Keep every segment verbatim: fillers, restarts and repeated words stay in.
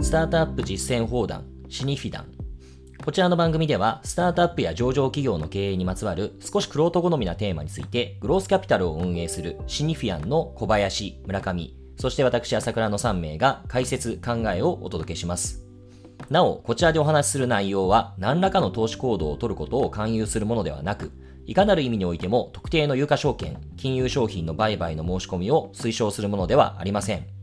スタートアップ実践砲弾シニフィダン。こちらの番組ではスタートアップや上場企業の経営にまつわる少し玄人好みなテーマについてグロースキャピタルを運営するシニフィアンの小林、村上、そして私朝倉のさん名が解説考えをお届けします。なおこちらでお話しする内容は何らかの投資行動を取ることを勧誘するものではなく、いかなる意味においても特定の有価証券、金融商品の売買の申し込みを推奨するものではありません。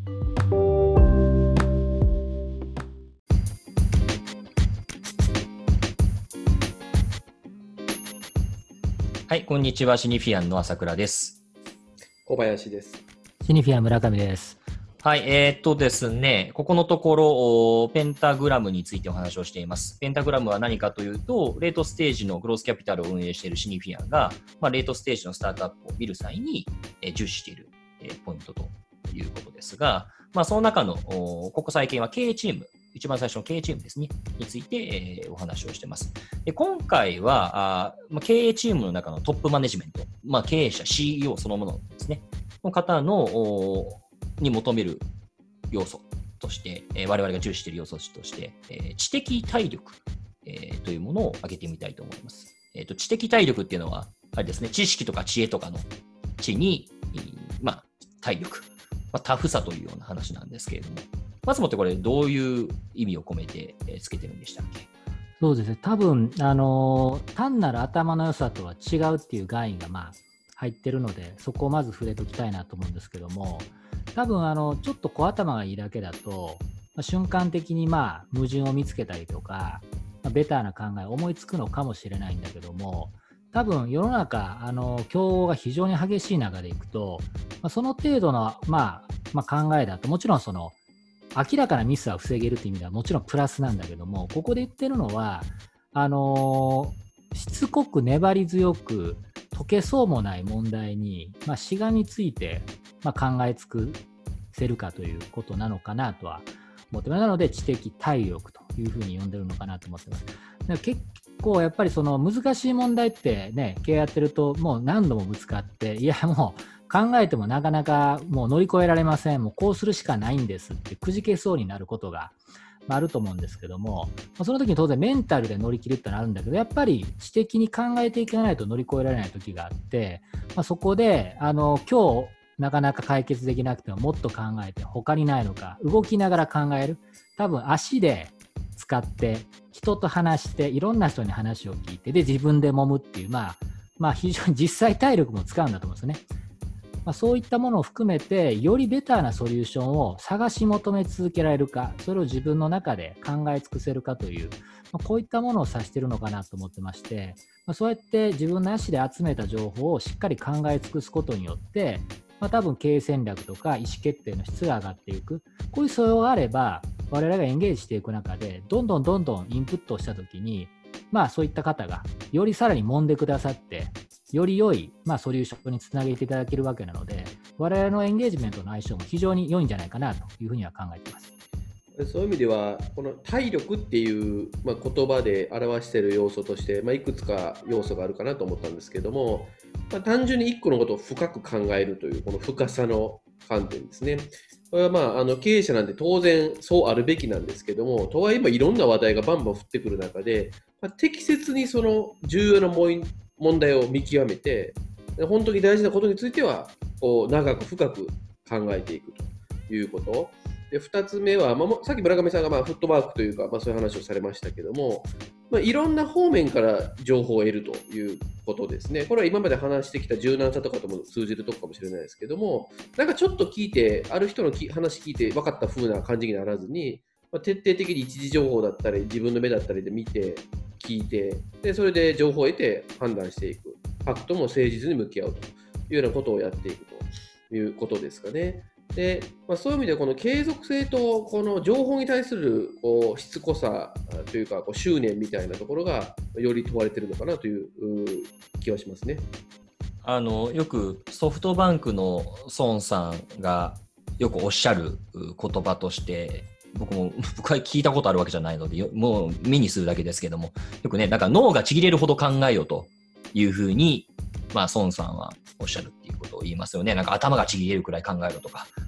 はい、こんにちは。シニフィアンの朝倉です。 小林です。 シニフィアン村上です。 はい、えー、っとですね、ここのところ、ペンタグラムについてお話をしています。ペンタグラムは何かというと、レートステージのグロースキャピタルを運営しているシニフィアンが、まあ、レートステージのスタートアップを見る際に、えー、重視している、えー、ポイントということですが、まあ、その中の、ここ最近は経営チーム、一番最初の経営チームですね、について、えー、お話をしています。で今回はあ、まあ、経営チームの中のトップマネジメント、まあ、経営者、シーイーオー そのものですね、の方のに求める要素として、えー、我々が重視している要素として、えー、知的体力、えー、というものを挙げてみたいと思います。えーと、知的体力っていうのは、あれですね、知識とか知恵とかの知に、まあ、体力、まあ、タフさというような話なんですけれども、まずもってこれどういう意味を込めてつけてるんでしたっけ？ そうですね、多分、あのー、単なる頭の良さとは違うっていう概念が、まあ、入ってるので、そこをまず触れておきたいなと思うんですけども、多分あのちょっと小頭がいいだけだと、まあ、瞬間的にまあ矛盾を見つけたりとか、まあ、ベターな考えを思いつくのかもしれないんだけども、多分世の中あの競合が非常に激しい中でいくと、まあ、その程度の、まあ、まあ考えだともちろんその明らかなミスは防げるという意味ではもちろんプラスなんだけども、ここで言ってるのはあのー、しつこく粘り強く解けそうもない問題に、まあ、しがみついて、まあ、考えつくせるかということなのかなとは思ってます。なので知的体力というふうに呼んでるのかなと思ってます。だから結構やっぱりその難しい問題ってね、経営やってるともう何度もぶつかって、いやもう考えてもなかなかもう乗り越えられません、もうこうするしかないんですってくじけそうになることがあると思うんですけども、その時に当然メンタルで乗り切るってのあるんだけど、やっぱり知的に考えていかないと乗り越えられない時があって、まあ、そこであの今日なかなか解決できなくてももっと考えて他にないのか動きながら考える、多分足で使って人と話していろんな人に話を聞いてで自分で揉むっていう、まあ、まあ非常に実際体力も使うんだと思うんですね。まあ、そういったものを含めてよりベターなソリューションを探し求め続けられるか、それを自分の中で考え尽くせるかという、まあ、こういったものを指しているのかなと思ってまして、まあ、そうやって自分の足で集めた情報をしっかり考え尽くすことによって、まあ、多分経営戦略とか意思決定の質が上がっていく、こういう素養があれば我々がエンゲージしていく中でどんどんどんどんインプットをしたときに、まあそういった方がよりさらに揉んでくださってより良い、まあ、ソリューションにつなげていただけるわけなので、我々のエンゲージメントの相性も非常に良いんじゃないかなというふうには考えています。 そういう意味ではこの体力っていう、まあ、言葉で表している要素として、まあ、いくつか要素があるかなと思ったんですけども、まあ、単純にいっこのことを深く考えるというこの深さの観点ですね。これはまああの経営者なんて当然そうあるべきなんですけども、とはいえ今いろんな話題がバンバン降ってくる中で、まあ、適切にその重要な問題を見極めて、本当に大事なことについてはこう長く深く考えていくということで、ふたつめは、まあ、さっき村上さんがまあフットワークというか、まあ、そういう話をされましたけども、まあ、いろんな方面から情報を得るということですね。これは今まで話してきた柔軟さとかとも通じるところかもしれないですけども、なんかちょっと聞いてある人の話聞いて分かった風な感じにならずに、まあ、徹底的に一時情報だったり自分の目だったりで見て聞いて、でそれで情報を得て判断していく、ファクトも誠実に向き合うというようなことをやっていくということですかね。でまあ、そういう意味でこの継続性とこの情報に対するこうしつこさというかこう執念みたいなところがより問われているのかなという気はしますね。 あのよくソフトバンクの孫さんがよくおっしゃる言葉として、僕も僕は聞いたことあるわけじゃないのでもう目にするだけですけども、よくね、なんか脳がちぎれるほど考えようというふうに、まあ、孫さんはおっしゃるっていうことを言いますよね。なんか頭がちぎれるくらい考えろとか、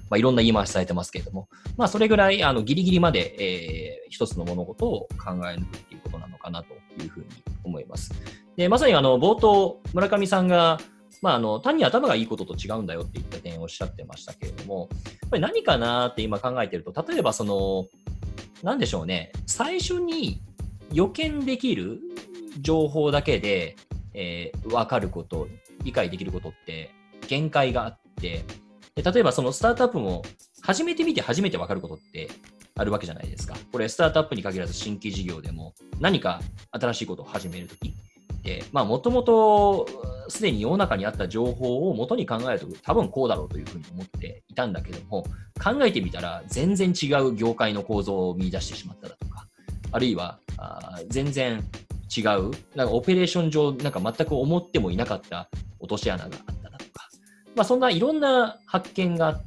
まあ、いろんな言い回しされてますけれども、まあ、それぐらいあのギリギリまで、えー、一つの物事を考え抜くっていうことなのかなというふうに思います。でまさにあの冒頭、村上さんが、まあ、あの単に頭がいいことと違うんだよっていった点をおっしゃってましたけれども、やっぱり何かなって今考えてると、例えばその、なんでしょうね、最初に予見できる情報だけで、えー、分かること、理解できることって限界があって、で例えばそのスタートアップも初めて見て初めて分かることってあるわけじゃないですか。これスタートアップに限らず新規事業でも何か新しいことを始めるときって、まあもともとすでに世の中にあった情報を元に考えると多分こうだろうというふうに思っていたんだけども、考えてみたら全然違う業界の構造を見出してしまっただとか、あるいはあ全然違う、なんかオペレーション上なんか全く思ってもいなかった落とし穴があっただとか、まあ、そんないろんな発見があって、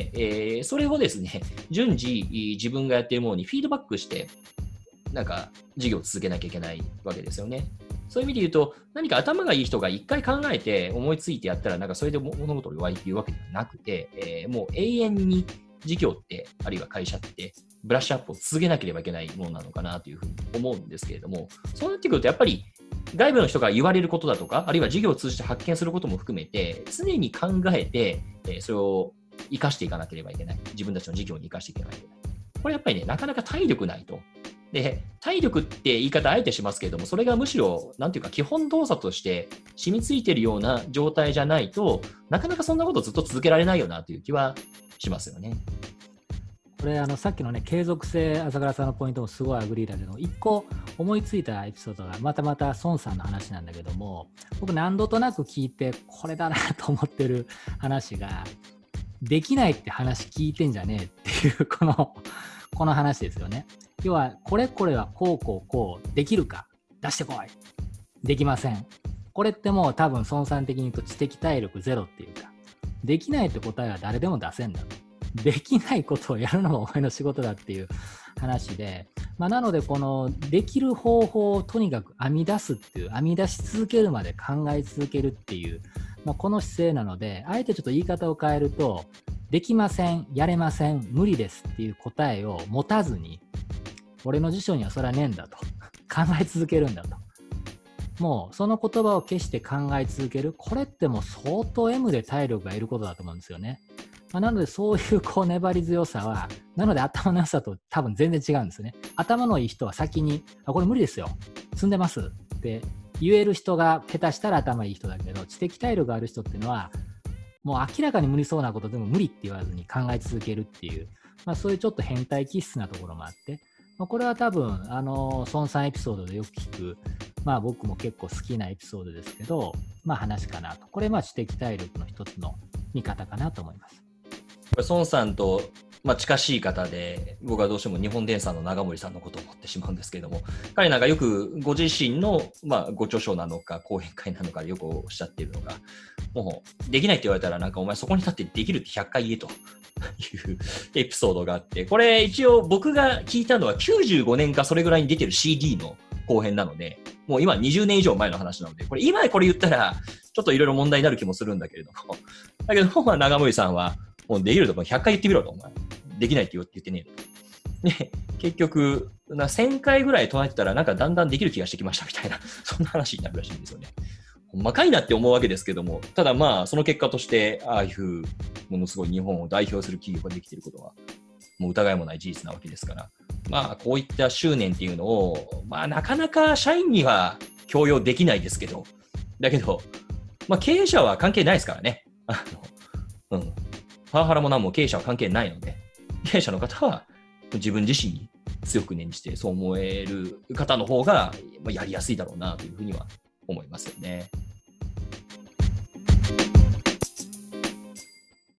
えー、それをですね、順次自分がやっているものにフィードバックして、なんか事業を続けなきゃいけないわけですよね。そういう意味で言うと、何か頭がいい人が一回考えて思いついてやったら、なんかそれで物事を終わりっていうわけではなくて、えー、もう永遠に事業って、あるいは会社って、ブラッシュアップを続けなければいけないものなのかなというふうに思うんですけれども、そうなってくるとやっぱり外部の人が言われることだとか、あるいは事業を通じて発見することも含めて、常に考えて、それを生かしていかなければいけない。自分たちの事業に生かしていかなきゃいけない。これやっぱりね、なかなか体力ないと。で、体力って言い方あえてしますけれども、それがむしろ、なんていうか基本動作として染みついているような状態じゃないと、なかなかそんなことをずっと続けられないよなという気はしますよね。 これあのさっきのね継続性、朝倉さんのポイントもすごいアグリーだけど、一個思いついたエピソードがまたまた孫さんの話なんだけども、僕何度となく聞いてこれだなと思ってる話が、できないって話聞いてんじゃねえっていうこのこの話ですよね。要はこれこれはこうこうこうできるか出してこい、できません。これってもう多分孫さん的に言うと知的体力ゼロっていうか、できないって答えは誰でも出せんだと。できないことをやるのがお前の仕事だっていう話で、まあ、なのでこのできる方法をとにかく編み出すっていう、編み出し続けるまで考え続けるっていう、まあ、この姿勢なので、あえてちょっと言い方を変えると、できません、やれません、無理ですっていう答えを持たずに、俺の辞書にはそれはねえんだと考え続けるんだと、もうその言葉を決して考え続ける、これってもう相当 M で体力がいることだと思うんですよね。まあ、なのでそういうこう粘り強さは、なので頭の良さと多分全然違うんですよね。頭のいい人は先に、あ、これ無理ですよ、積んでますって言える人が下手したら頭いい人だけど、知的体力がある人っていうのは、もう明らかに無理そうなことでも無理って言わずに考え続けるっていう、まあ、そういうちょっと変態気質なところもあって、まあ、これは多分、あの、孫さんエピソードでよく聞く、まあ僕も結構好きなエピソードですけど、まあ話かなと。これまあ知的体力の一つの見方かなと思います。 孫さんと、まあ、近しい方で、僕はどうしても日本電産の長森さんのことを思ってしまうんですけれども、彼なんかよくご自身の、まあ、ご著書なのか講演会なのかでよくおっしゃっているのが、もうできないって言われたらなんかお前そこに立ってできるってひゃっかい言えというエピソードがあって、これ一応僕が聞いたのはきゅうじゅうごねんかそれぐらいに出てる シーディー の後編なので、もう今にじゅうねん以上前の話なので、これ今これ言ったらちょっといろいろ問題になる気もするんだけれども、だけど、まあ、長森さんはもうできるとこひゃっかい言ってみろと、お前。できないって言ってねえと。で、結局、せんかいぐらい唱えてたら、なんかだんだんできる気がしてきましたみたいな、そんな話になるらしいんですよね。ほんまかいなって思うわけですけども、ただまあ、その結果として、ああいうものすごい日本を代表する企業ができていることは、もう疑いもない事実なわけですから、まあ、こういった執念っていうのを、まあ、なかなか社員には強要できないですけど、だけど、まあ、経営者は関係ないですからね。あの、うん。パワハラも何も経営者は関係ないので、経営者の方は自分自身に強く念じてそう思える方の方がやりやすいだろうなというふうには思いますよね。